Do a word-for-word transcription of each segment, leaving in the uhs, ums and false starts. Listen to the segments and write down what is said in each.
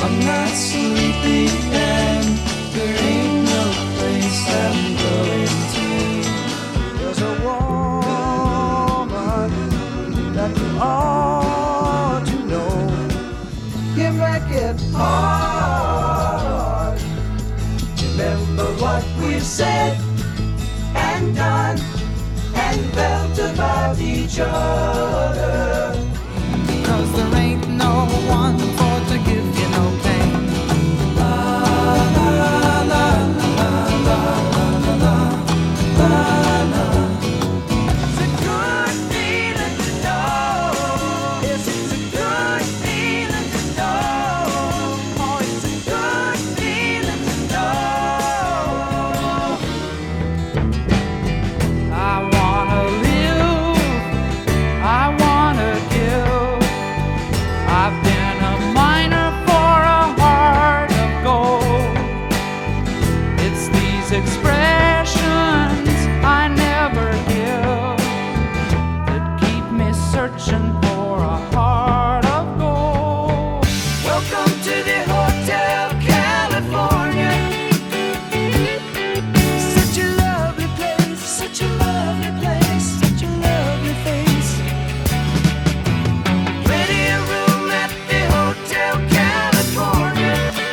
I'm not sleepy and there ain't no place I'm going to. There's a woman that you ought to know. You make it hard. Remember what we've said and done and felt about each other. 'Cause there ain't no one for to give you no pain. La la la la la la la la la. It's a good feeling to know. Yes, it's a good feeling to know. Oh, it's a good feeling to know. I wanna live, I wanna give. I've been a miner for a heart of gold. It's these expressions I never give that keep me searching for a heart of gold. Welcome to the Hotel California. Such a lovely place, such a lovely place, such a lovely face. Ready a room at the Hotel California.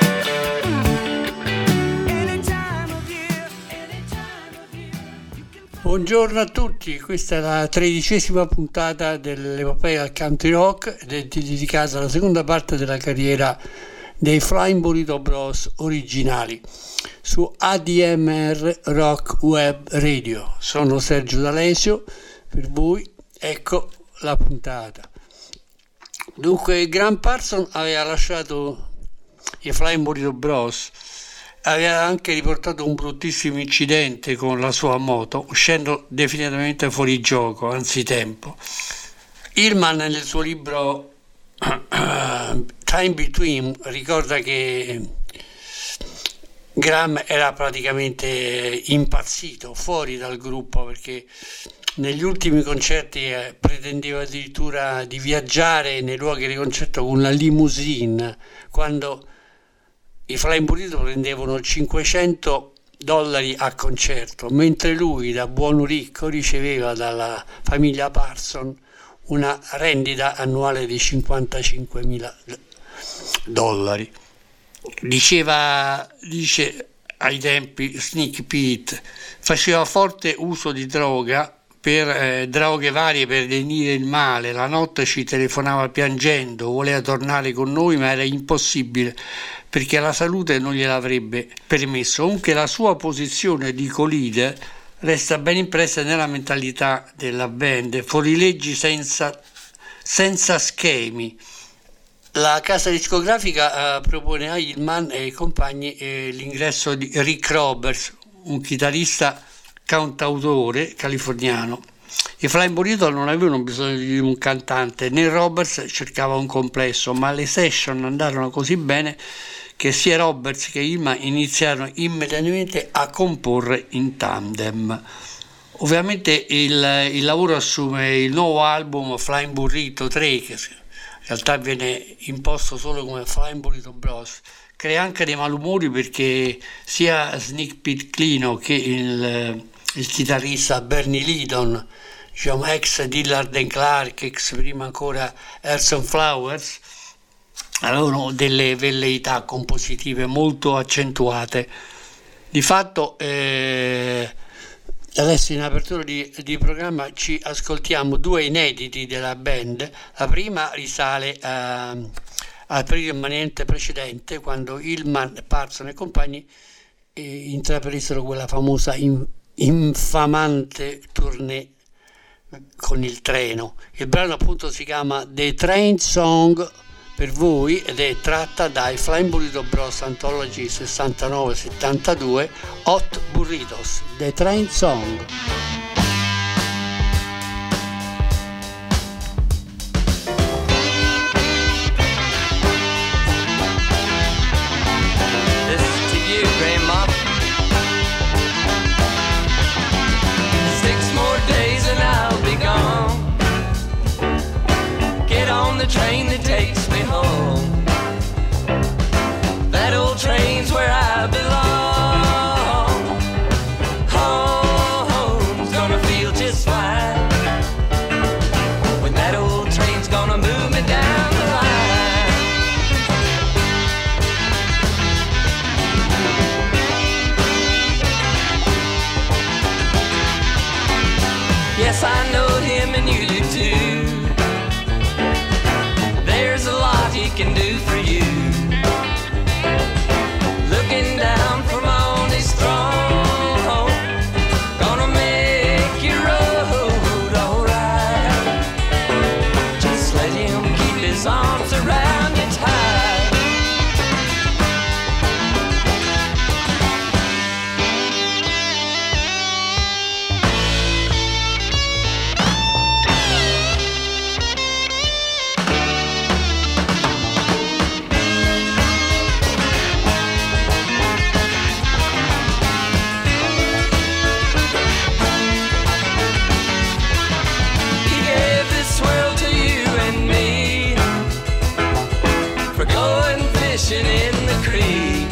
Any time of year, any time of year. You can find. Buongiorno a tutti, questa è la tredicesima puntata dell'epopea del country rock ed è dedicata alla seconda parte della carriera dei Flying Burrito Bros originali su A D M R Rock Web Radio. Sono Sergio D'Alesio, per voi ecco la puntata. Dunque, Graham Parsons aveva lasciato i Flying Burrito Bros, aveva anche riportato un bruttissimo incidente con la sua moto, uscendo definitivamente fuori gioco, anzitempo. Hillman nel suo libro Time Between ricorda che Graham era praticamente impazzito, fuori dal gruppo, perché negli ultimi concerti eh, pretendeva addirittura di viaggiare nei luoghi di concerto con una limousine, quando i Flying Burrito prendevano cinquecento dollari a concerto, mentre lui, da buon ricco, riceveva dalla famiglia Parsons una rendita annuale di cinquantacinquemila dollari. Diceva, dice ai tempi Snake Pete, faceva forte uso di droga, per eh, droghe varie per lenire il male. La notte ci telefonava piangendo, voleva tornare con noi ma era impossibile perché la salute non gliel'avrebbe permesso. Comunque la sua posizione di co-leader resta ben impressa nella mentalità della band, fuorileggi senza, senza schemi. La casa discografica eh, propone a Hillman e ai compagni eh, l'ingresso di Rick Roberts, un chitarrista cantautore californiano. I Flying Burrito non avevano bisogno di un cantante, né Roberts cercava un complesso, ma le session andarono così bene che sia Roberts che Hillman iniziarono immediatamente a comporre in tandem. Ovviamente il, il lavoro assume il nuovo album Flying Burrito tre, che in realtà viene imposto solo come Flying Burrito Bros. Crea anche dei malumori perché sia Snake Pete Clino che il, il chitarrista Bernie Lydon, diciamo ex Dillard and Clark, ex prima ancora Earth Flowers, avevano delle velleità compositive molto accentuate. Di fatto eh, adesso in apertura di, di programma ci ascoltiamo due inediti della band. La prima risale a, al periodo immanente precedente, quando Hillman, Parsons e compagni eh, intrapresero quella famosa in, infamante tournée con il treno. Il brano appunto si chiama The Train Song per voi ed è tratta dai Flying Burrito Bros Anthology sessantanove settantadue Hot Burritos, The Train Song. The train that takes me home. fishing in the creek.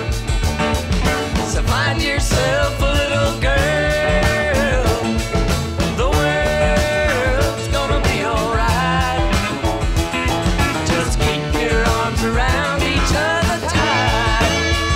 So find yourself a little girl, the world's gonna be alright. Just keep your arms around each other tight.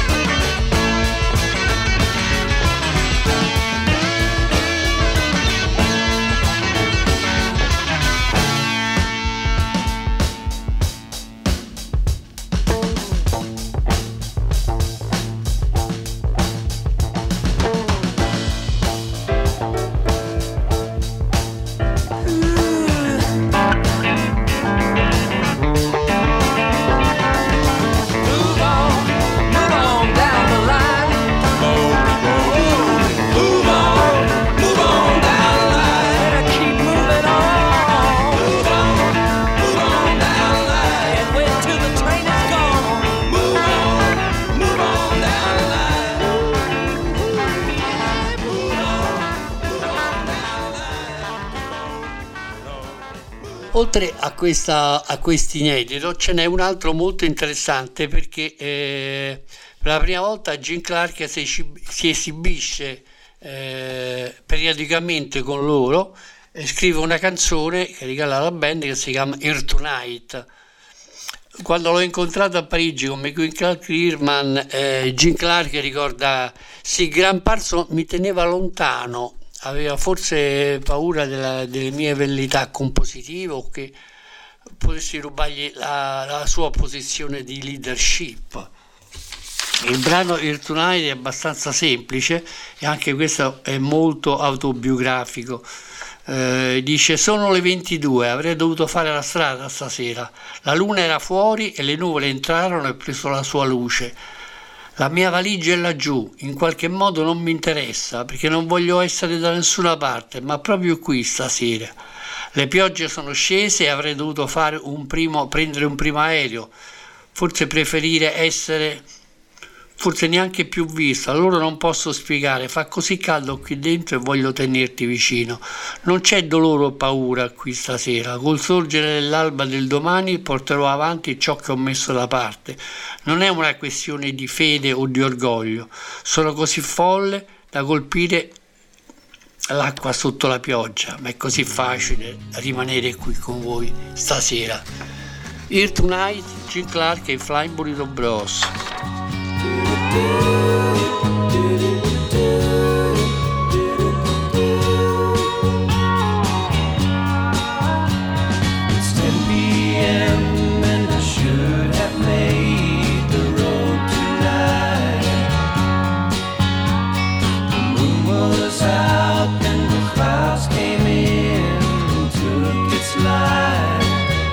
Oltre a, questa, a questo inedito ce n'è un altro molto interessante perché eh, per la prima volta Jim Clark si, si esibisce eh, periodicamente con loro e scrive una canzone che regala alla band che si chiama Here Tonight. Quando l'ho incontrato a Parigi con McQueen Clark Earman, eh, Jim Clark ricorda: sì, Graham Parsons mi teneva lontano, aveva forse paura della, delle mie velleità compositive o che potessi rubargli la, la sua posizione di leadership. Il brano Here Tonight è abbastanza semplice e anche questo è molto autobiografico. Eh, dice: sono le ventidue, avrei dovuto fare la strada stasera, la luna era fuori e le nuvole entrarono e preso la sua luce. La mia valigia è laggiù, in qualche modo non mi interessa perché non voglio essere da nessuna parte, ma proprio qui stasera. Le piogge sono scese e avrei dovuto fare un primo, prendere un primo aereo, forse preferire essere, forse neanche più visto. Allora non posso spiegare, fa così caldo qui dentro e voglio tenerti vicino. Non c'è dolore o paura qui stasera, col sorgere dell'alba del domani porterò avanti ciò che ho messo da parte. Non è una questione di fede o di orgoglio, sono così folle da colpire l'acqua sotto la pioggia, ma è così facile rimanere qui con voi stasera. Here Tonight, Jim Clark e i Flying Burrito Bros. It's ten p.m. and I should have made the road tonight. The moon was out and the clouds came in and took its light.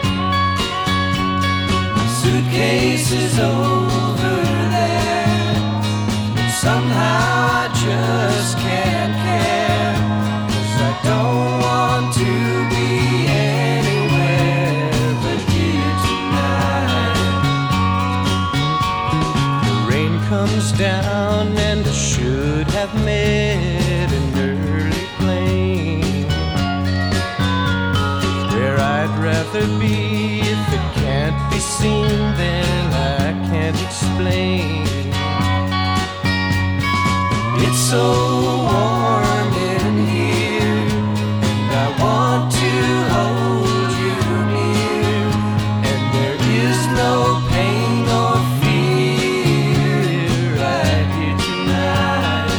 Suitcase is over there. Somehow I just can't care, 'cause I don't want to be anywhere but here tonight. The rain comes down and I should have met an early plane, where I'd rather be. If it can't be seen, then I can't explain. It's so warm in here, and I want to hold you near, and there is no pain or fear right here tonight.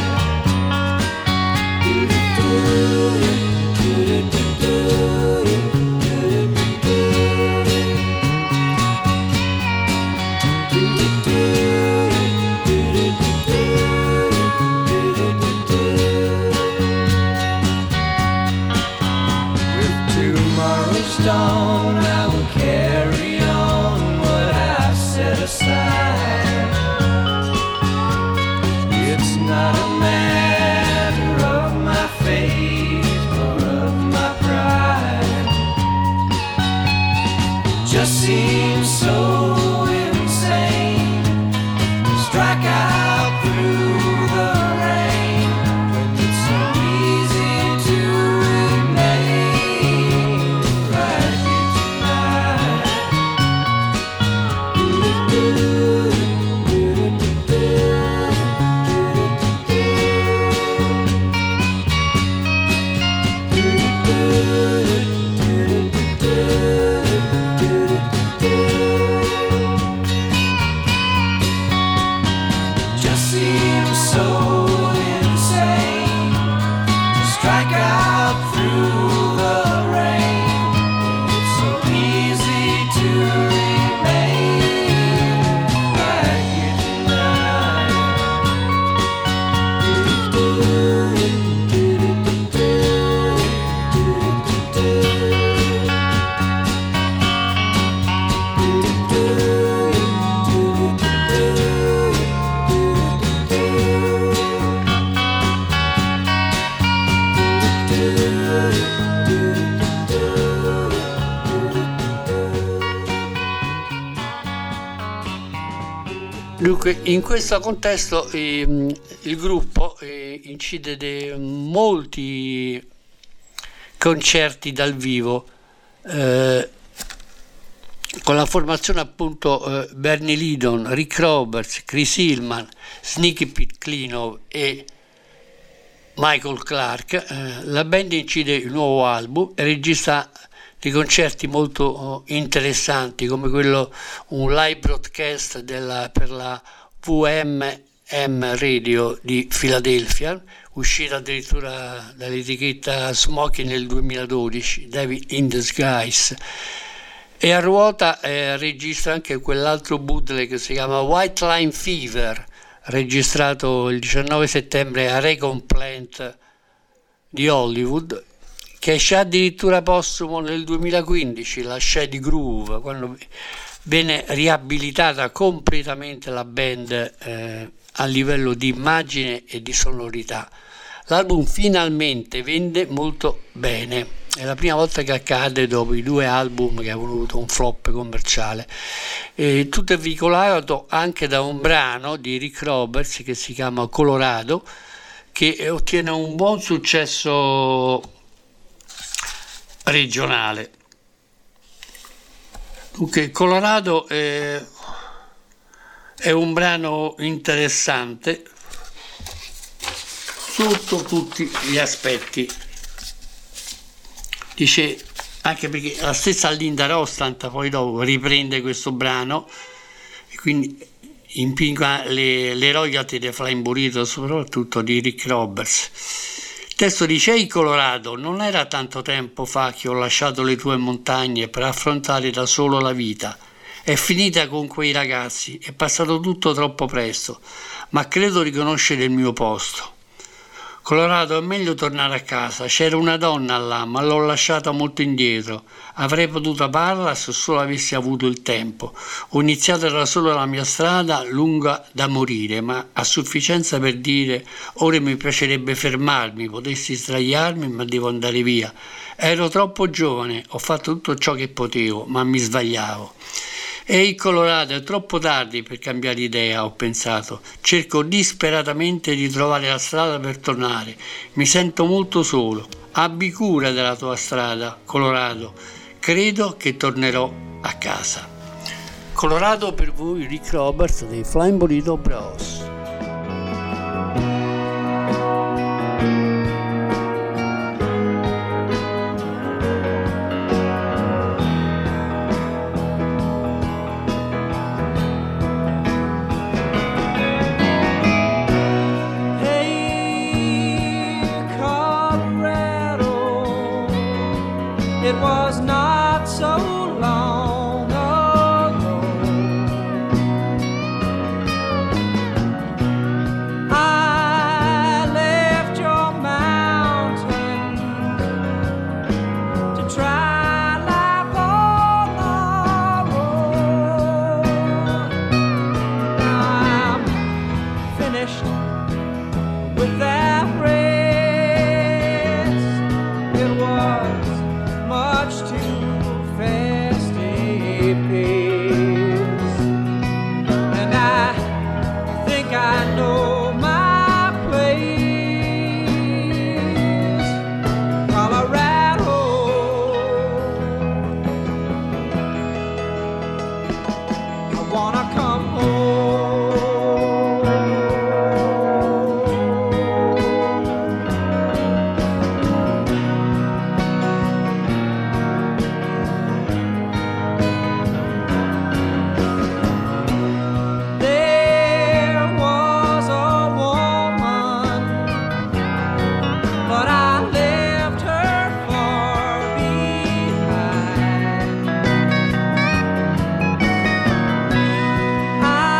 Dawn, I will carry on what I've set aside. It's not a matter of my faith or of my pride. It just seems so insane to strike out through the rain when it's so easy to remain right here tonight. Dunque, in questo contesto eh, il gruppo eh, incide de molti concerti dal vivo eh, con la formazione appunto eh, Bernie Lydon, Rick Roberts, Chris Hillman, Sneaky Pete Kleinow e Michael Clark. Eh, la band incide il nuovo album e registra dei concerti molto oh, interessanti, come quello, un live broadcast della, per la V M M Radio di Philadelphia, uscita addirittura dall'etichetta Smokey nel duemiladodici, Devil in Disguise. E a ruota eh, registra anche quell'altro bootleg che si chiama White Line Fever, registrato il diciannove settembre a Recon Plant di Hollywood, che esce addirittura postumo nel duemilaquindici, la Shady Groove, quando venne riabilitata completamente la band eh, a livello di immagine e di sonorità. L'album finalmente vende molto bene, è la prima volta che accade dopo i due album che avevano avuto un flop commerciale. E tutto è veicolato anche da un brano di Rick Roberts che si chiama Colorado, che ottiene un buon successo regionale. Dunque, Colorado è, è un brano interessante sotto tutti gli aspetti. Dice, anche perché la stessa Linda Ronstadt poi dopo riprende questo brano e quindi impinga le, le royalty dei Flying Burrito, soprattutto di Rick Roberts. Il testo dice: ehi Colorado, non era tanto tempo fa che ho lasciato le tue montagne per affrontare da solo la vita. È finita con quei ragazzi, è passato tutto troppo presto, ma credo di conoscere il mio posto. Colorado, è meglio tornare a casa, c'era una donna là, ma l'ho lasciata molto indietro. Avrei potuto amarla se solo avessi avuto il tempo. Ho iniziato da solo la mia strada, lunga da morire, ma a sufficienza per dire: ora mi piacerebbe fermarmi, potessi sdraiarmi, ma devo andare via. Ero troppo giovane, ho fatto tutto ciò che potevo, ma mi sbagliavo. Ehi Colorado, è troppo tardi per cambiare idea, ho pensato. Cerco disperatamente di trovare la strada per tornare. Mi sento molto solo. Abbi cura della tua strada, Colorado. Credo che tornerò a casa. Colorado per voi, Rick Roberts dei Flying Burrito Bros. It was not so long ago I left your mountain to try life on the road. Now I'm finished with that race. It was much too fast a pace, and I think I know my place, Colorado. I wanna come home. I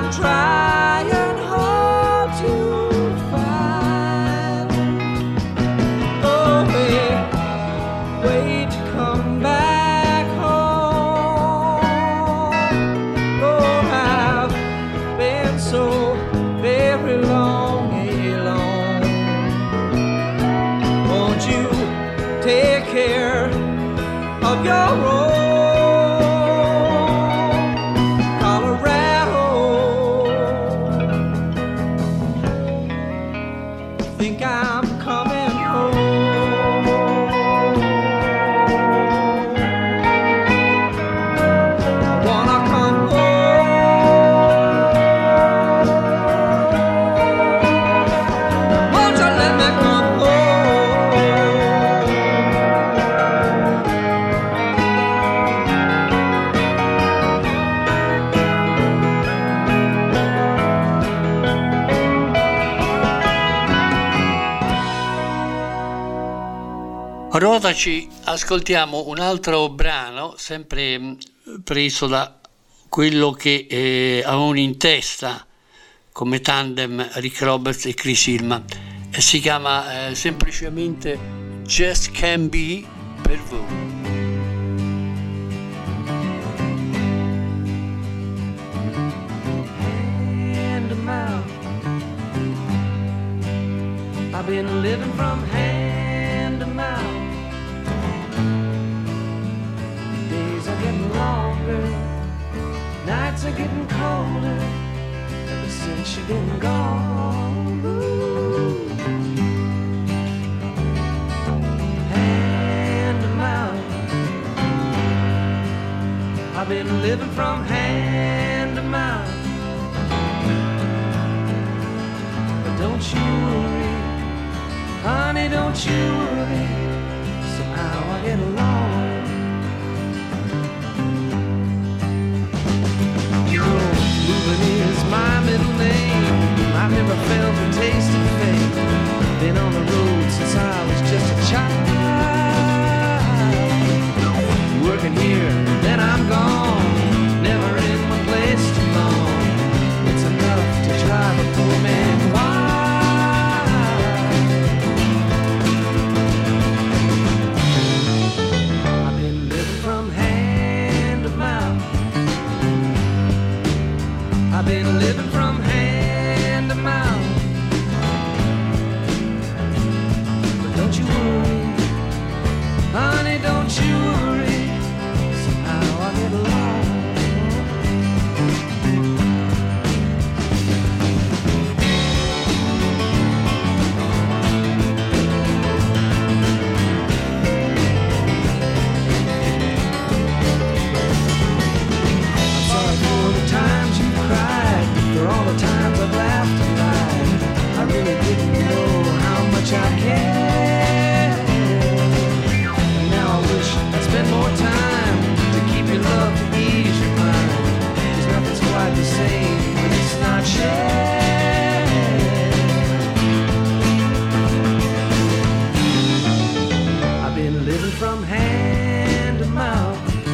trying hard to find a way, way to come back home. Oh, I've been so very long alone. Won't you take care of your own? Ora ci ascoltiamo un altro brano, sempre preso da quello che eh, avevano in testa come tandem Rick Roberts e Chris Hillman, e si chiama eh, semplicemente Just Can't Be per voi. I've been living from hand to mouth. Days are getting longer, nights are getting colder, ever since you've been gone. Ooh. Hand to mouth. I've been living from hand to mouth. But don't you worry, honey, don't you worry, somehow I get along. You know, moving is my middle name. I've never felt a taste of fame. Been on the road since I was just a child. Working here, then I'm gone. Never in one place too long. It's enough to drive a poor man wild. I've been living from hand to mouth. But don't you worry, honey, don't you worry, somehow I get along. I'm sorry for the times you cried, for all the times I've laughed and lied. I really didn't know how much I cared. And now I wish I'd spend more time to keep your love, to ease your mind. 'Cause nothing's quite the same when it's not shared. I've been living from hand to mouth.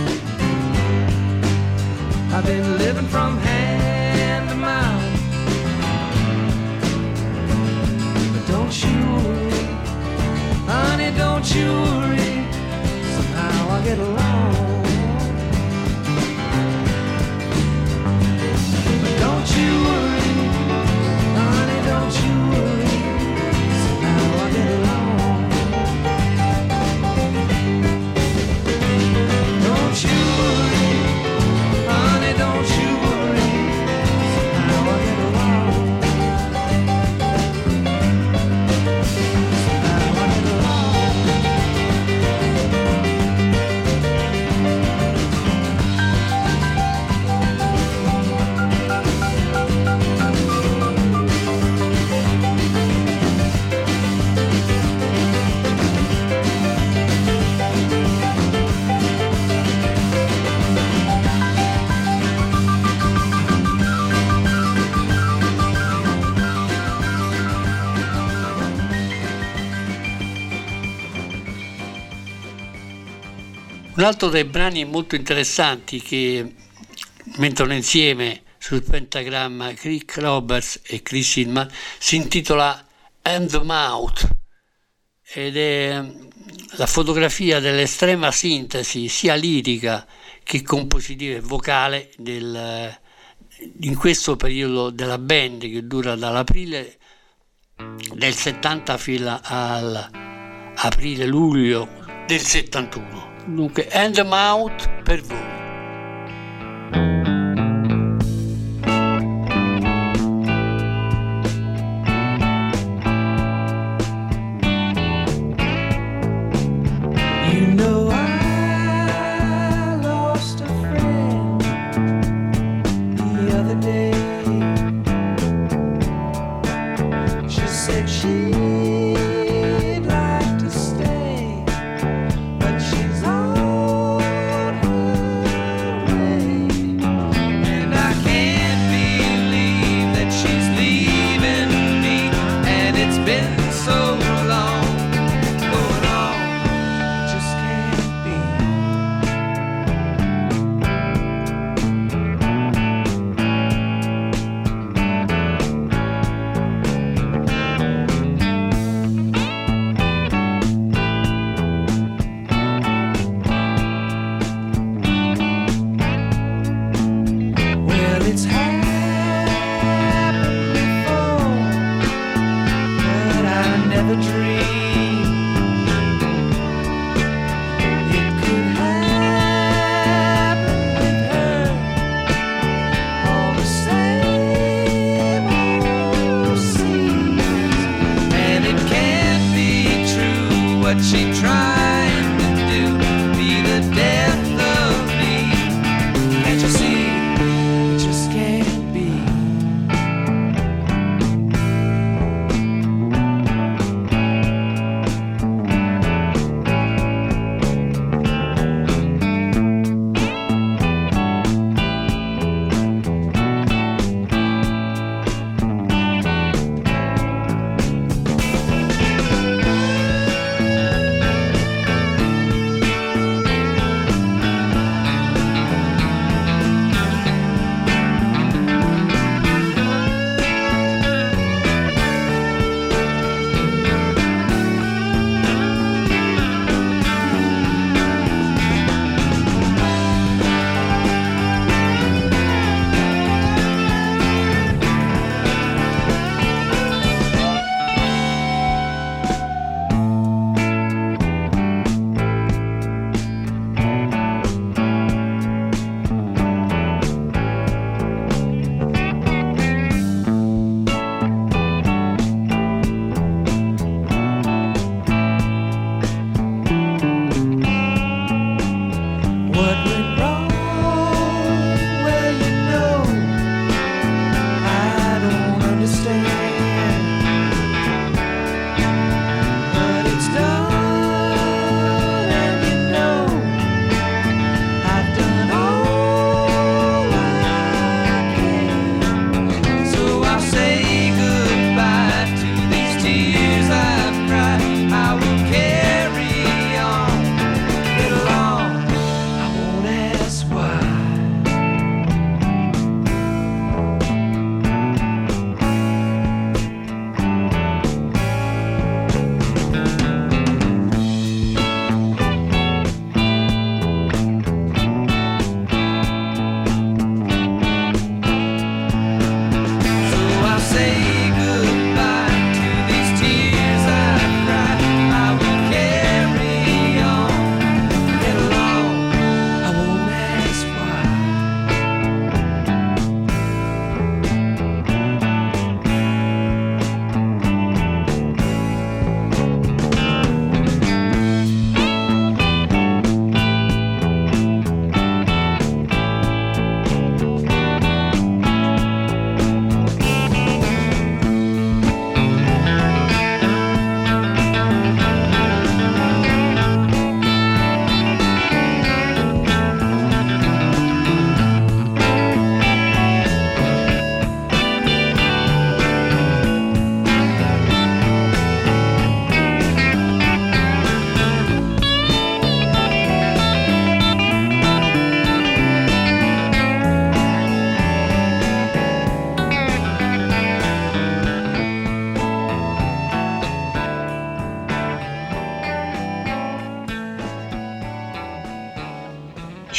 I've been living from hand to mouth. But don't you worry, honey, don't you worry, somehow I get along. But don't you worry, honey, don't you worry, somehow I get along. Don't you worry, honey, don't you worry, somehow I get along. Somehow I get along. Un altro dei brani molto interessanti che mettono insieme sul pentagramma Crick Roberts e Chris Hillman, si intitola And the Mouth ed è la fotografia dell'estrema sintesi sia lirica che compositiva e vocale del, in questo periodo della band, che dura dall'aprile del settanta fino all'aprile-luglio del settantuno. Dunque, And the Mouth per voi.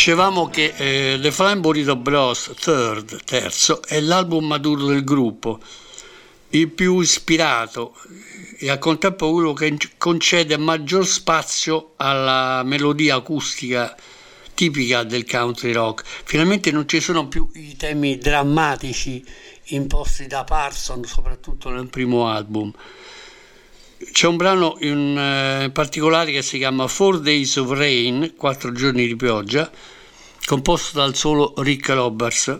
Dicevamo che eh, The Flamboyant Bros Third, terzo, è l'album maturo del gruppo, il più ispirato e al contempo quello che concede maggior spazio alla melodia acustica tipica del country rock. Finalmente non ci sono più i temi drammatici imposti da Parson, soprattutto nel primo album. C'è un brano in, eh, in particolare che si chiama Four Days of Rain, quattro giorni di pioggia, composto dal solo Rick Roberts,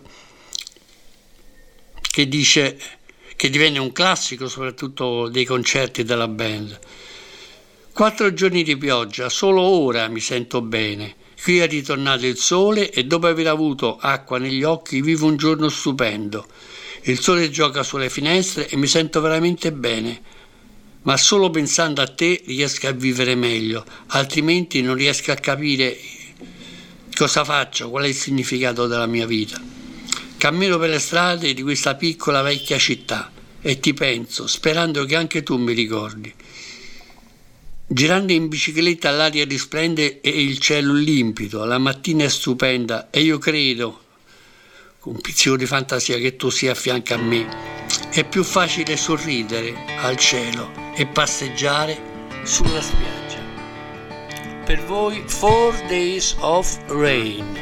che dice che divenne un classico soprattutto dei concerti della band. Quattro giorni di pioggia, solo ora mi sento bene. Qui è ritornato il sole e dopo aver avuto acqua negli occhi vivo un giorno stupendo. Il sole gioca sulle finestre e mi sento veramente bene. Ma solo pensando a te riesco a vivere meglio, altrimenti non riesco a capire cosa faccio, qual è il significato della mia vita. Cammino per le strade di questa piccola vecchia città e ti penso, sperando che anche tu mi ricordi. Girando in bicicletta l'aria risplende e il cielo limpido, la mattina è stupenda e io credo, con un pizzico di fantasia, che tu sia a fianco a me. È più facile sorridere al cielo e passeggiare sulla spiaggia. Per voi Four Days of Rain.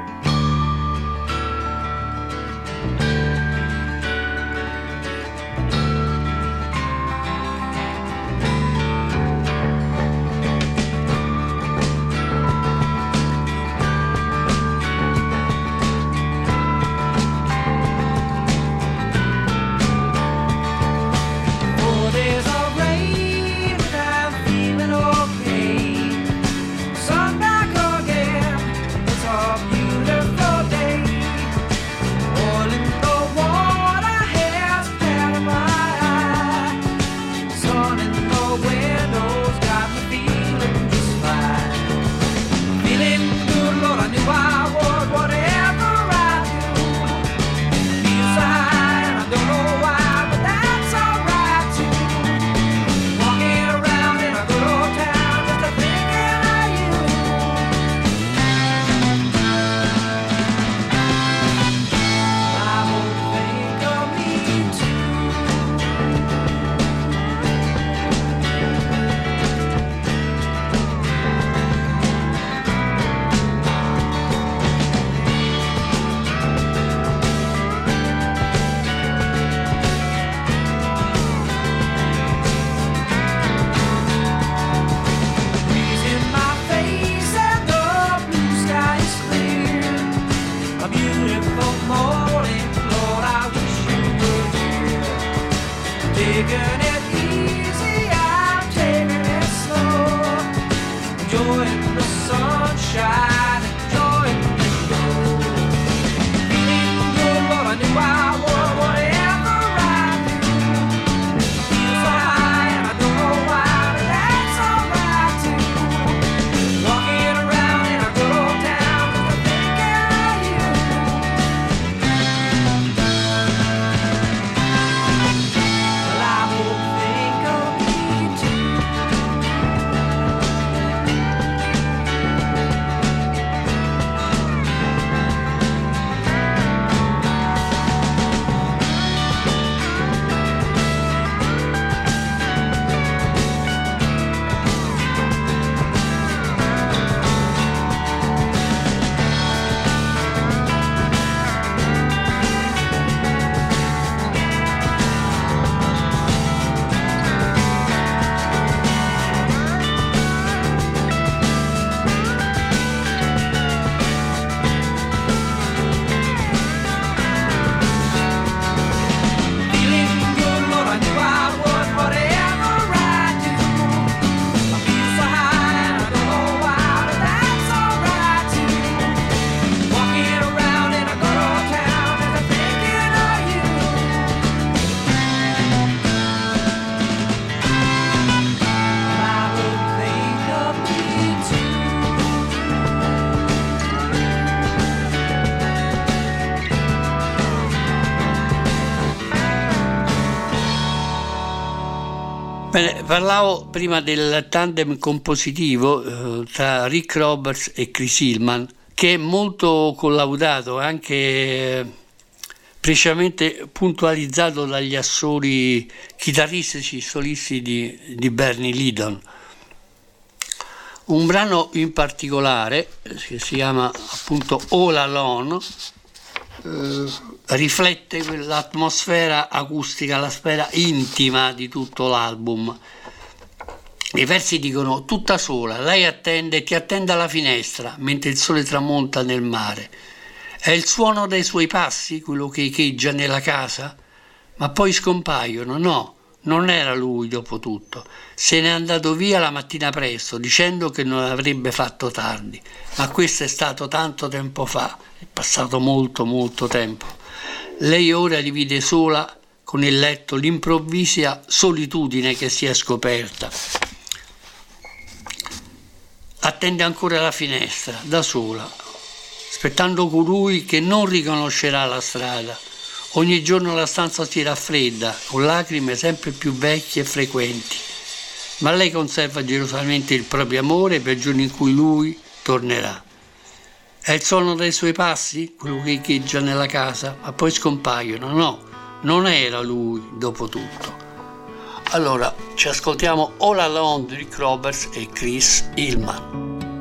Bene, parlavo prima del tandem compositivo eh, tra Rick Roberts e Chris Hillman, che è molto collaudato, anche precisamente puntualizzato dagli assoli chitarristici solisti di, di Bernie Leadon. Un brano in particolare, che si chiama appunto All Alone, eh, riflette l'atmosfera acustica, l'atmosfera intima di tutto l'album. I versi dicono: tutta sola, lei attende, ti attende alla finestra, mentre il sole tramonta nel mare. È il suono dei suoi passi quello che echeggia nella casa? Ma poi scompaiono, no, non era lui dopo tutto. Se n'è andato via la mattina presto, dicendo che non avrebbe fatto tardi. Ma questo è stato tanto tempo fa, è passato molto molto tempo. Lei ora divide sola con il letto l'improvvisa solitudine che si è scoperta. Attende ancora la finestra, da sola, aspettando colui che non riconoscerà la strada. Ogni giorno la stanza si raffredda, con lacrime sempre più vecchie e frequenti. Ma lei conserva gelosamente il proprio amore per il giorno in cui lui tornerà. È il suono dei suoi passi, quello che echeggia nella casa, ma poi scompaiono. No, non era lui dopo tutto. Allora, ci ascoltiamo All Alone di Rick Roberts e Chris Hillman.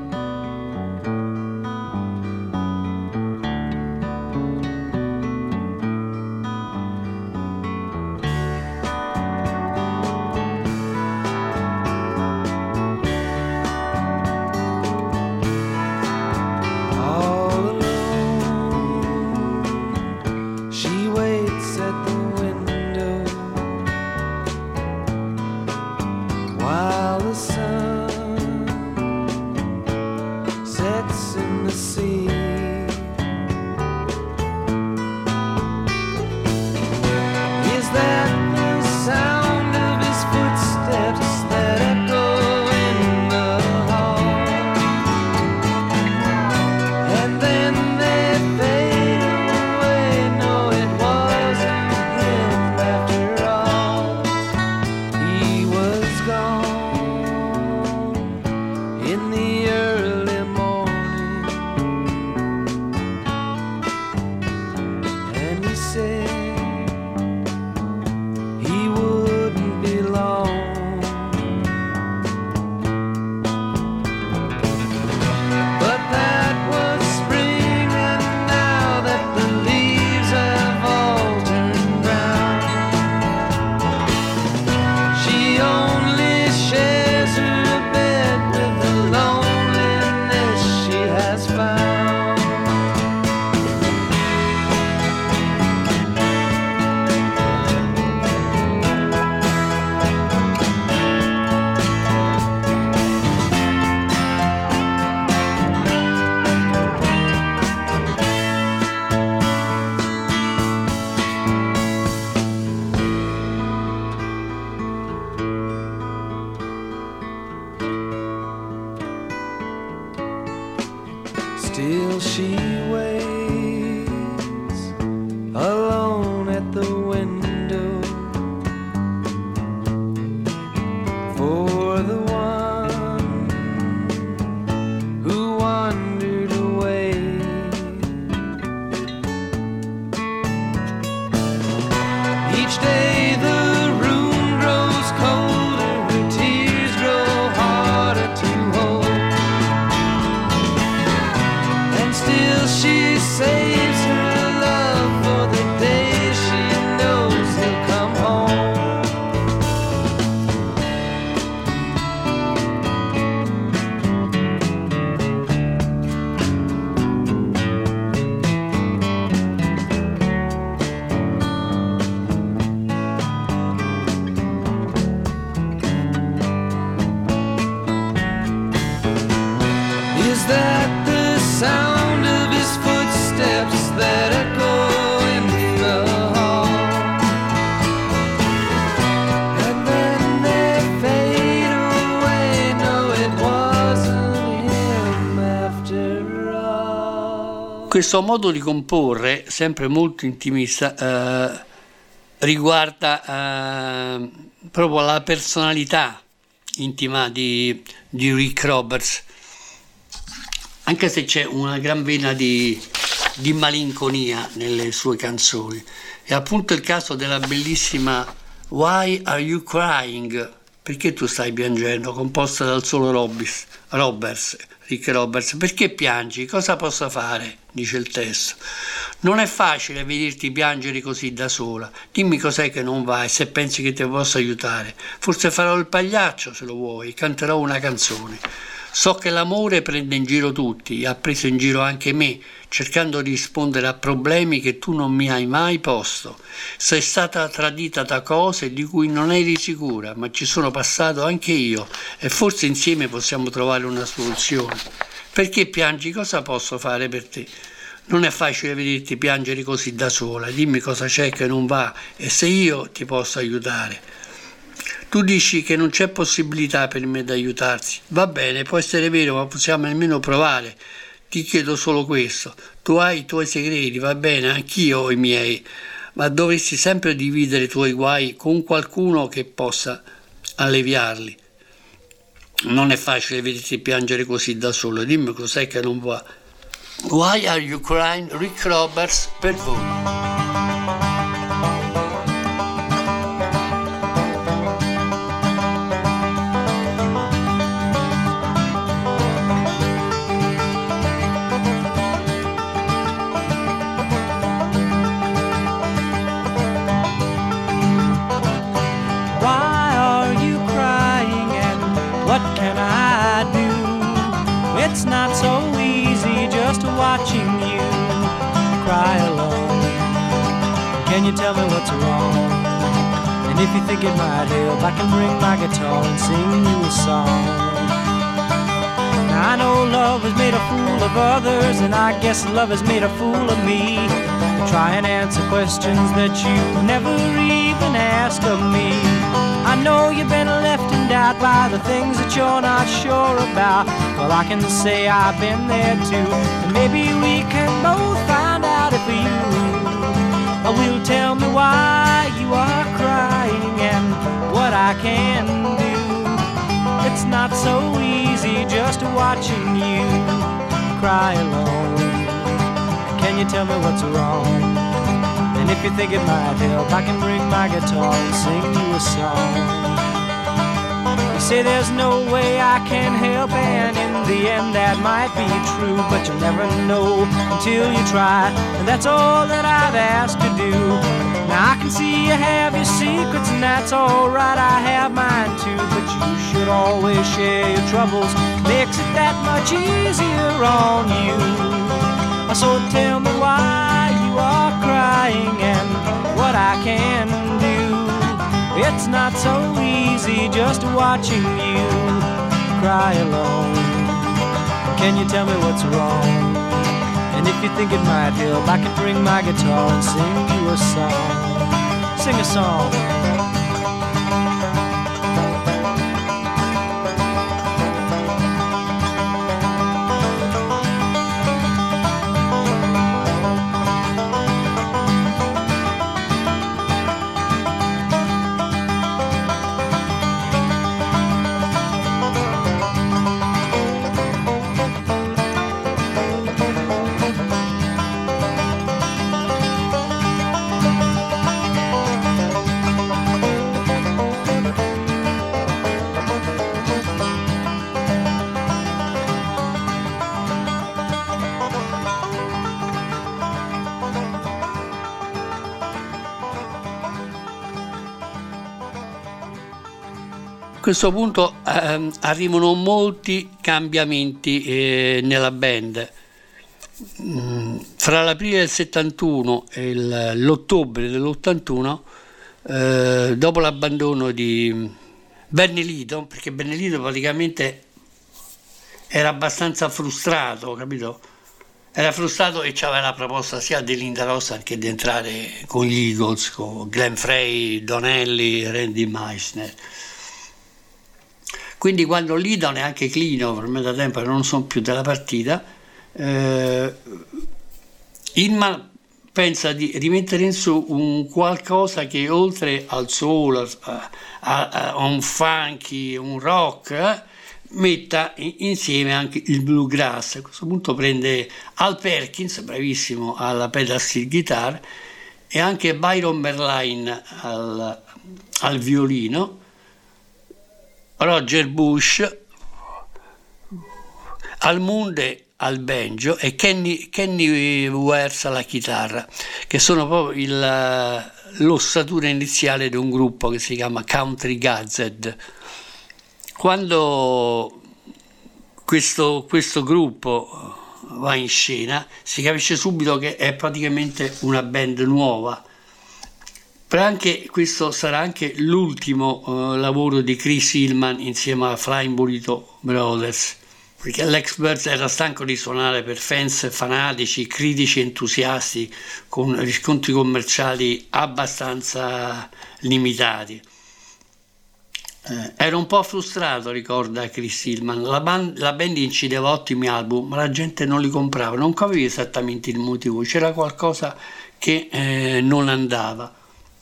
Still she waits alone at the window for the one who wandered away. Each day the room grows colder, her tears grow harder to hold. Still she saves her love for the day she knows he'll come home. Is that the sound of his footsteps that echo in the hall? And then they fade away. No, it wasn't him after all. Questo modo di comporre, sempre molto intimista, eh, riguarda eh, proprio la personalità intima di, di Rick Roberts. anche se c'è una gran vena di, di malinconia nelle sue canzoni. È appunto il caso della bellissima Why Are You Crying? Perché tu stai piangendo? Composta dal solo Robbins, Roberts, Rick Roberts. Perché piangi? Cosa posso fare? Dice il testo. Non è facile vederti piangere così da sola. Dimmi cos'è che non va e se pensi che ti possa aiutare. Forse farò il pagliaccio se lo vuoi, canterò una canzone. So che l'amore prende in giro tutti, ha preso in giro anche me, cercando di rispondere a problemi che tu non mi hai mai posto. Sei stata tradita da cose di cui non eri sicura, ma ci sono passato anche io e forse insieme possiamo trovare una soluzione. Perché piangi? Cosa posso fare per te? Non è facile vederti piangere così da sola, dimmi cosa c'è che non va e se io ti posso aiutare. Tu dici che non c'è possibilità per me di aiutarti. Va bene, può essere vero, ma possiamo almeno provare. Ti chiedo solo questo. Tu hai i tuoi segreti, va bene, anch'io ho i miei, ma dovresti sempre dividere i tuoi guai con qualcuno che possa alleviarli. Non è facile vederti piangere così da solo, dimmi cos'è che non va. Why Are You Crying? Rick Roberts per voi. It's not so easy just watching you cry alone. Can you tell me what's wrong? And if you think it might help, I can bring my guitar and sing you a song. Now I know love has made a fool of others, and I guess love has made a fool of me. To try and answer questions that you never even asked of me. I know you've been left in doubt by the things that you're not sure about. Well, I can say I've been there too, and maybe we can both find out if you will tell me why you are crying and what I can do. It's not so easy just watching you cry alone. Can you tell me what's wrong? And if you think it might help, I can bring my guitar and sing you a song. You say there's no way I can help, and in the end that might be true, but you'll never know until you try, and that's all that I've asked to do. Now I can see you have your secrets, and that's alright, I have mine too, but you should always share your troubles, makes it that much easier on you. So tell me why you are crying and what I can do. It's not so easy just watching you cry alone. Can you tell me what's wrong? And if you think it might help, I can bring my guitar and sing you a song. Sing a song. A questo punto eh, arrivano molti cambiamenti eh, nella band. Mm, fra l'aprile del settantuno e il, l'ottobre dell'ottantuno, eh, dopo l'abbandono di Bernie Leadon, perché Bernie Leadon praticamente era abbastanza frustrato, capito? Era frustrato e c'aveva la proposta sia di Linda Ronstadt che di entrare con gli Eagles, con Glenn Frey, Donnelly, Randy Meisner. Quindi quando Leadon e anche Clino, per me da tempo non sono più della partita, eh, Inman pensa di rimettere in su un qualcosa che oltre al soul, a, a, a un funky, un rock, eh, metta insieme anche il bluegrass. A questo punto prende Al Perkins, bravissimo alla pedal steel guitar, e anche Byron Berline al, al violino, Roger Bush al munde al banjo e Kenny, Kenny Wers alla chitarra, che sono proprio il, l'ossatura iniziale di un gruppo che si chiama Country Gazette. Quando questo, questo gruppo va in scena si capisce subito che è praticamente una band nuova. Però anche questo sarà anche l'ultimo uh, lavoro di Chris Hillman insieme a Flying Burrito Brothers, perché l'ex Birds era stanco di suonare per fans fanatici, critici entusiasti, con riscontri commerciali abbastanza limitati. Eh, era un po' frustrato, ricorda Chris Hillman. La, band, la band incideva ottimi album, ma la gente non li comprava. Non capiva esattamente il motivo, c'era qualcosa che eh, non andava.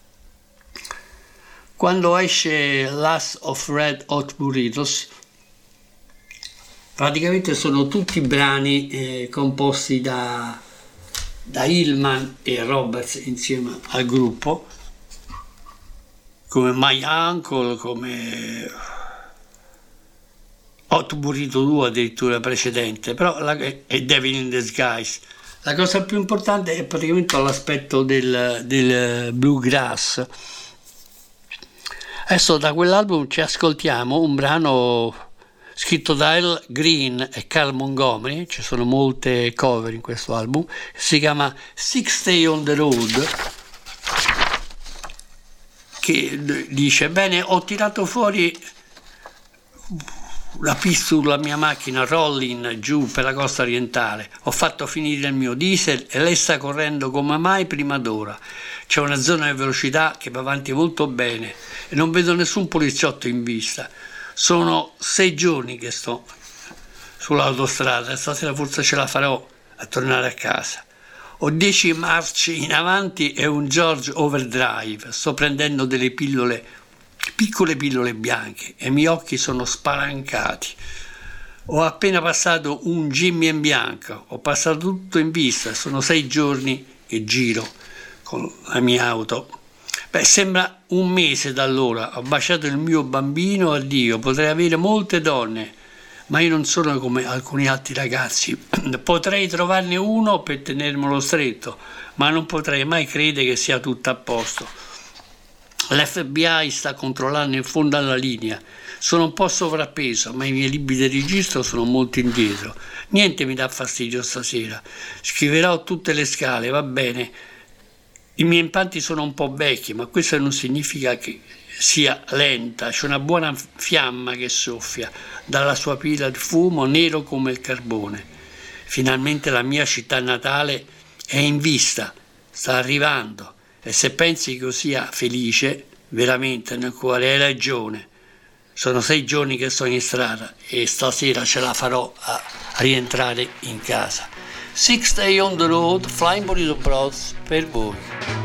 Quando esce Last of Red Hot Burritos, praticamente sono tutti brani eh, composti da, da Hillman e Roberts insieme al gruppo, come My Uncle, come Hot Burrito due addirittura precedente, però la, e Devil in Disguise. La cosa più importante è praticamente l'aspetto del, del bluegrass. Adesso da quell'album ci ascoltiamo un brano scritto da Al Green e Carl Montgomery, ci sono molte cover in questo album, si chiama Six Day on the Road, che dice: bene, ho tirato fuori la pista sulla mia macchina rolling giù per la costa orientale, ho fatto finire il mio diesel e lei sta correndo come mai prima d'ora. C'è una zona di velocità che va avanti molto bene e non vedo nessun poliziotto in vista. Sono sei giorni che sto sull'autostrada e stasera forse ce la farò a tornare a casa. Ho dieci marce in avanti e un George Overdrive. Sto prendendo delle pillole, piccole pillole bianche, e i miei occhi sono spalancati. Ho appena passato un Jimmy in bianco, ho passato tutto in vista. Sono sei giorni che giro con la mia auto. Beh, sembra un mese da allora. Ho baciato il mio bambino, addio. Potrei avere molte donne, ma io non sono come alcuni altri ragazzi. Potrei trovarne uno per tenermelo stretto, ma non potrei mai credere che sia tutto a posto. L'F B I sta controllando in fondo alla linea. Sono un po' sovrappeso, ma i miei libri di registro sono molto indietro. Niente mi dà fastidio stasera. Scriverò tutte le scale, va bene. I miei impianti sono un po' vecchi, ma questo non significa che sia lenta. C'è una buona fiamma che soffia dalla sua pila di fumo nero come il carbone. Finalmente la mia città natale è in vista, sta arrivando, e se pensi che io sia felice, veramente nel cuore hai ragione. Sono sei giorni che sono in strada e stasera ce la farò a rientrare in casa. Six Day on the Road, Flying Burrito Brothers per voi.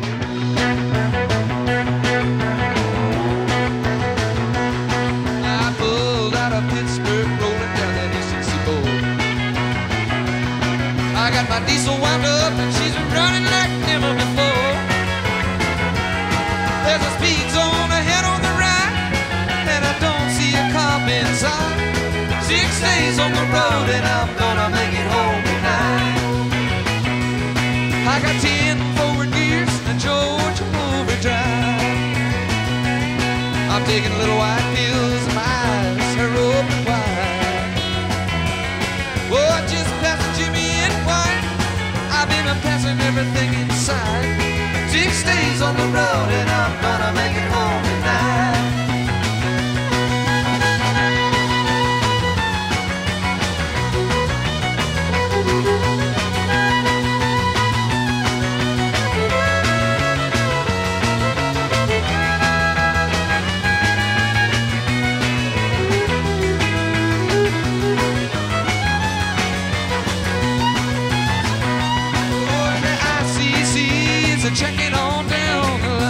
I pulled out of Pittsburgh, rolling down that eastern seaboard. I got my diesel wound up and she's running like never before. There's a speed zone ahead on the right, and I don't see a cop inside. Six days on the road and I'm gonna make it home tonight. I got ten forward gears and Georgia overdrive. I'm taking little white pills and my eyes are open wide. Oh, just passing Jimmy and White, I've been passing everything inside. Six days on the road and I'm gonna make it home tonight. Checking on down the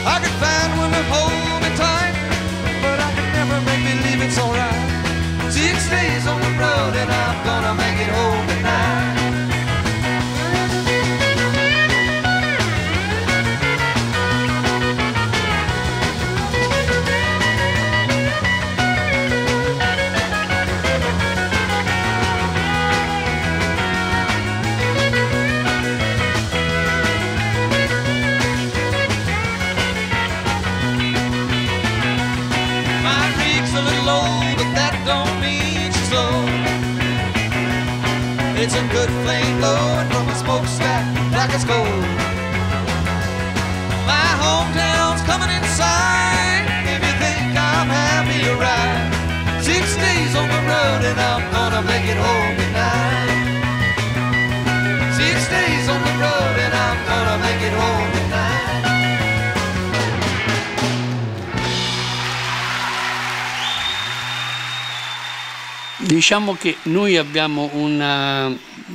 I could find one to hold me tight, but I could never make believe it's alright. Six days on the road and I'm gonna make it home tonight. It's a good flame blowing from a smokestack like it's gold. My hometown's coming inside. If you think I'm happy, you're right. Six days on the road and I'm gonna make it home tonight. Six days on the road and I'm gonna make it home tonight. Diciamo che noi abbiamo una,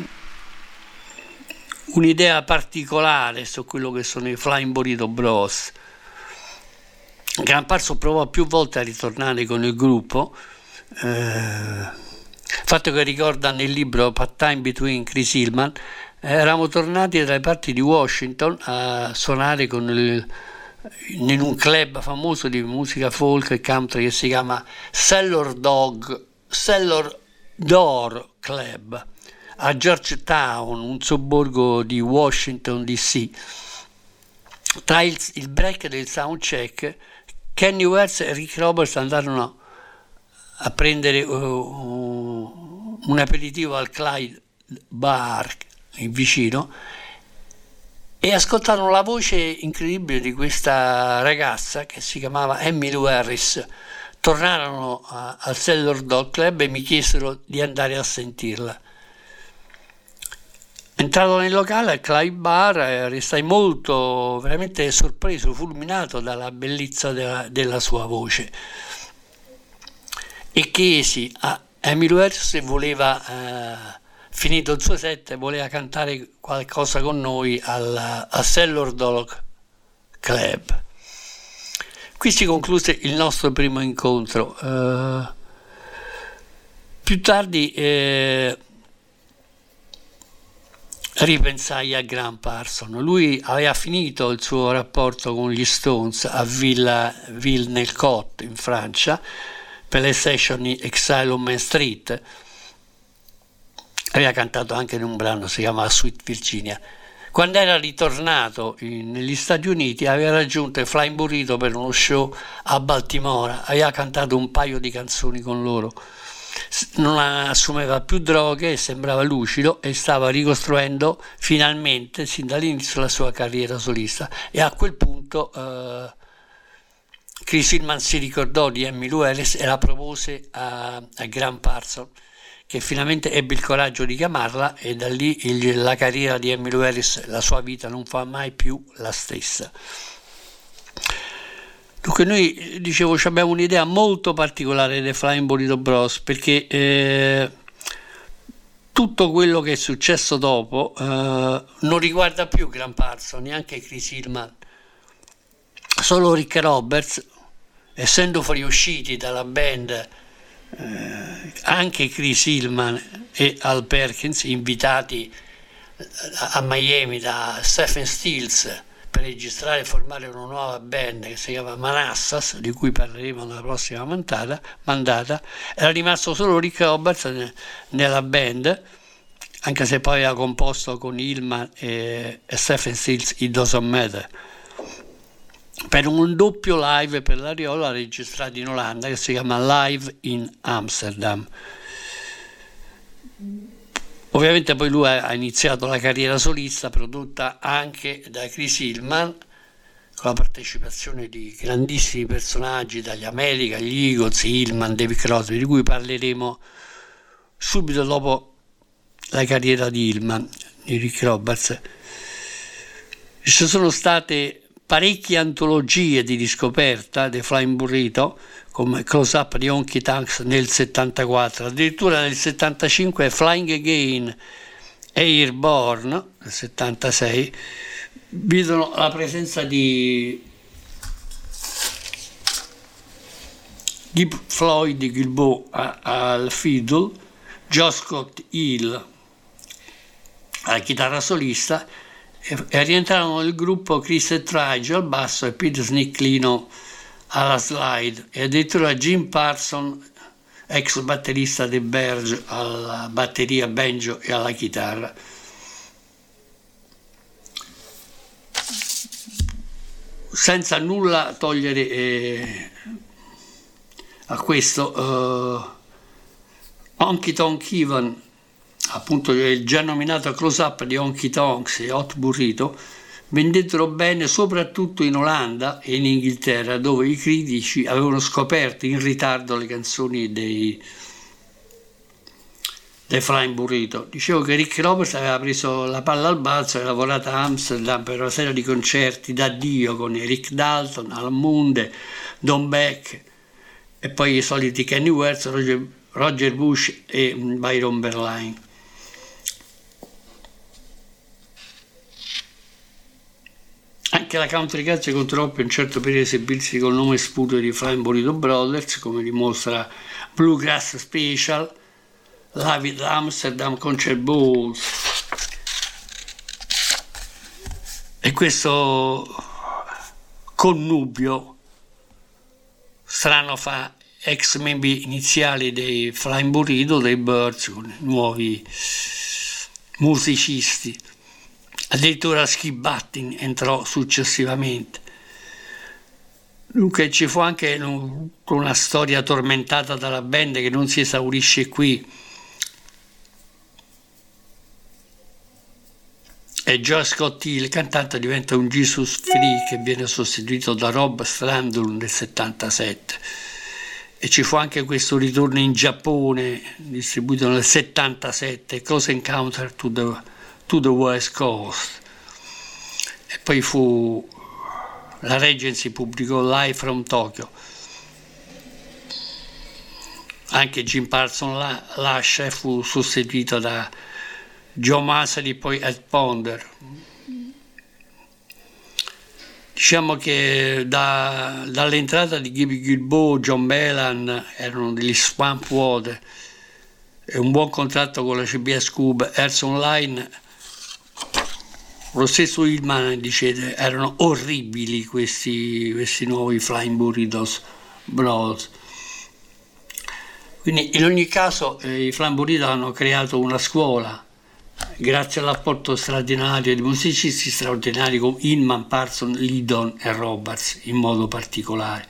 un'idea particolare su quello che sono i Flying Burrito Bros. Gran Parso provò più volte a ritornare con il gruppo, eh, fatto che ricorda nel libro Part-Time Between Chris Hillman. Eravamo tornati dalle parti di Washington a suonare con il, in un club famoso di musica folk e country che si chiama Cellar Dog Cellar Door Club a Georgetown, un sobborgo di Washington D C. Tra il, il break del soundcheck, Kenny Wells e Rick Roberts andarono a prendere uh, un aperitivo al Clyde Bar vicino e ascoltarono la voce incredibile di questa ragazza che si chiamava Emmylou Harris. Tornarono a, al Cellar Dog Club e mi chiesero di andare a sentirla. Entrato nel locale al Clyde Bar, eh, restai molto, veramente sorpreso, fulminato dalla bellezza della, della sua voce. E chiesi a Emmylou Harris se voleva, eh, finito il suo set, voleva cantare qualcosa con noi al, al Cellar Dog Club. Qui si concluse il nostro primo incontro. Uh, più tardi eh, ripensai a Graham Parsons. Lui aveva finito il suo rapporto con gli Stones a Villa, Ville-Nelcote in Francia per le session Exile on Main Street. Aveva cantato anche in un brano, si chiama Sweet Virginia. Quando era ritornato in, negli Stati Uniti aveva raggiunto i Flying Burrito per uno show a Baltimora, aveva cantato un paio di canzoni con loro, non assumeva più droghe e sembrava lucido e stava ricostruendo finalmente sin dall'inizio la sua carriera solista. E a quel punto eh, Chris Hillman si ricordò di Emmylou Harris e la propose a, a Graham Parsons, che finalmente ebbe il coraggio di chiamarla, e da lì il, la carriera di Emmylou Harris, la sua vita non fa mai più la stessa. Dunque noi, dicevo, abbiamo un'idea molto particolare dei Flying Burrito Bros, perché eh, tutto quello che è successo dopo eh, non riguarda più Graham Parsons, neanche Chris Hillman. Solo Rick Roberts, essendo fuoriusciti dalla band, Eh, anche Chris Hillman e Al Perkins, invitati a, a Miami da Stephen Stills per registrare e formare una nuova band che si chiama Manassas, di cui parleremo nella prossima mandata, mandata era rimasto solo Rick Roberts ne, nella band, anche se poi ha composto con Hillman e, e Stephen Stills It Doesn't Matter, per un doppio live per la Riola registrato in Olanda che si chiama Live in Amsterdam. Ovviamente poi lui ha iniziato la carriera solista prodotta anche da Chris Hillman, con la partecipazione di grandissimi personaggi dagli America, gli Eagles, Hillman, David Crosby, di cui parleremo subito dopo la carriera di Hillman, di Rick Roberts. Ci sono state parecchie antologie di riscoperta dei Flying Burrito, come Close Up di Honky Tonks nel settantaquattro, addirittura nel settantacinque Flying Again e Airborne nel settantasei vedono la presenza di Gib Floyd Gilbo al fiddle, Joe Scott Hill alla chitarra solista, e rientrarono nel gruppo Chris Trage al basso e Peter Snicklino alla slide, e addirittura Jim Parsons, ex batterista dei Verge, alla batteria, banjo e alla chitarra. Senza nulla togliere eh, a questo, uh, Honky Tonk Even, appunto il già nominato close-up di Honky Tonks e Hot Burrito, vendettero bene soprattutto in Olanda e in Inghilterra, dove i critici avevano scoperto in ritardo le canzoni dei, dei Flying Burrito. Dicevo che Rick Roberts aveva preso la palla al balzo e lavorato a Amsterdam per una serie di concerti d'addio con Eric Dalton, Al Munde, Don Beck e poi i soliti Kenny Wertz, Roger, Roger Bush e Byron Berline. Anche la country calcio continuò per un certo periodo a esibirsi col nome sputo di Flying Burrito Brothers, come dimostra Bluegrass Special, Live at Amsterdam Concert Balls. E questo connubio strano fa ex membri iniziali dei Flying Burrito, dei Birds, con nuovi musicisti. Addirittura Skip Button entrò successivamente. Dunque ci fu anche una storia tormentata dalla band che non si esaurisce qui. E Joe Scott Hill, il cantante, diventa un Jesus Freak che viene sostituito da Rob Stradlin nel settantasette. E ci fu anche questo ritorno in Giappone, distribuito nel settantasette, Close Encounter to the to the West Coast. E poi fu la Regency pubblicò Live from Tokyo. Anche Jim Parsons la, lascia e fu sostituito da Joe Massery, poi Ed Ponder. Diciamo che da, dall'entrata di Gibby Gilbo, John Belan erano degli Swamp Water, e un buon contratto con la C B S Cube Earth Online. Lo stesso Hillman dice erano orribili questi, questi nuovi Flying Burritos Bros. Quindi in ogni caso eh, i Flying Burritos hanno creato una scuola grazie all'apporto straordinario di musicisti straordinari come Hillman, Parsons, Lydon e Roberts in modo particolare.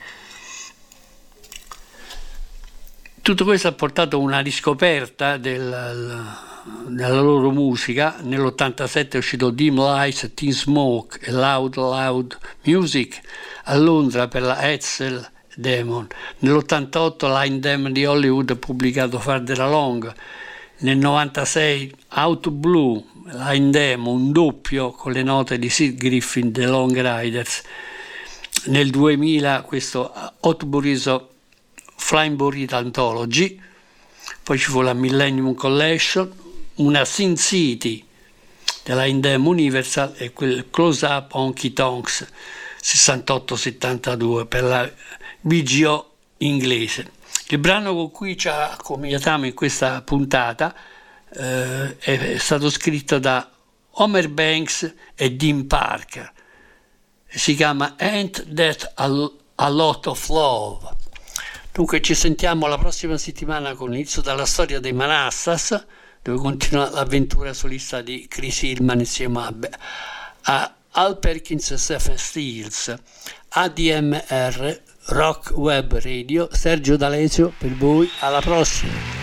Tutto questo ha portato a una riscoperta del, della loro musica. Nell'ottantasette è uscito Dim Lights, Teen Smoke e Loud Loud Music a Londra per la Hetzel Demon. Nell'ottantotto Line Demon di Hollywood ha pubblicato Farther Along. Nel novantasei Out Blue, Line Demon, un doppio con le note di Sid Griffin The Long Riders. Nel duemila questo Hot Burrito Flying Burrito Anthology. Poi ci fu la Millennium Collection, una Sin City della Indem Universal e quel Close Up Honky Tonks sessantotto settantadue per la B G O inglese. Il brano con cui ci accompagniamo in questa puntata eh, è stato scritto da Homer Banks e Dean Parker. Si chiama Ain't That a, a Lot of Love. Dunque ci sentiamo la prossima settimana con l'inizio della storia dei Manassas, dove continua l'avventura solista di Chris Hillman insieme a, a Al Perkins e Stephen Stills. A D M R Rock Web Radio, Sergio D'Alesio per voi, alla prossima.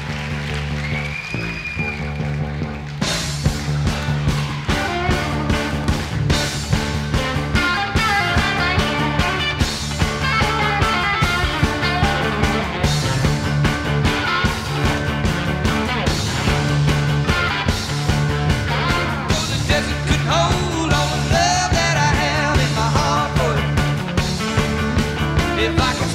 If I could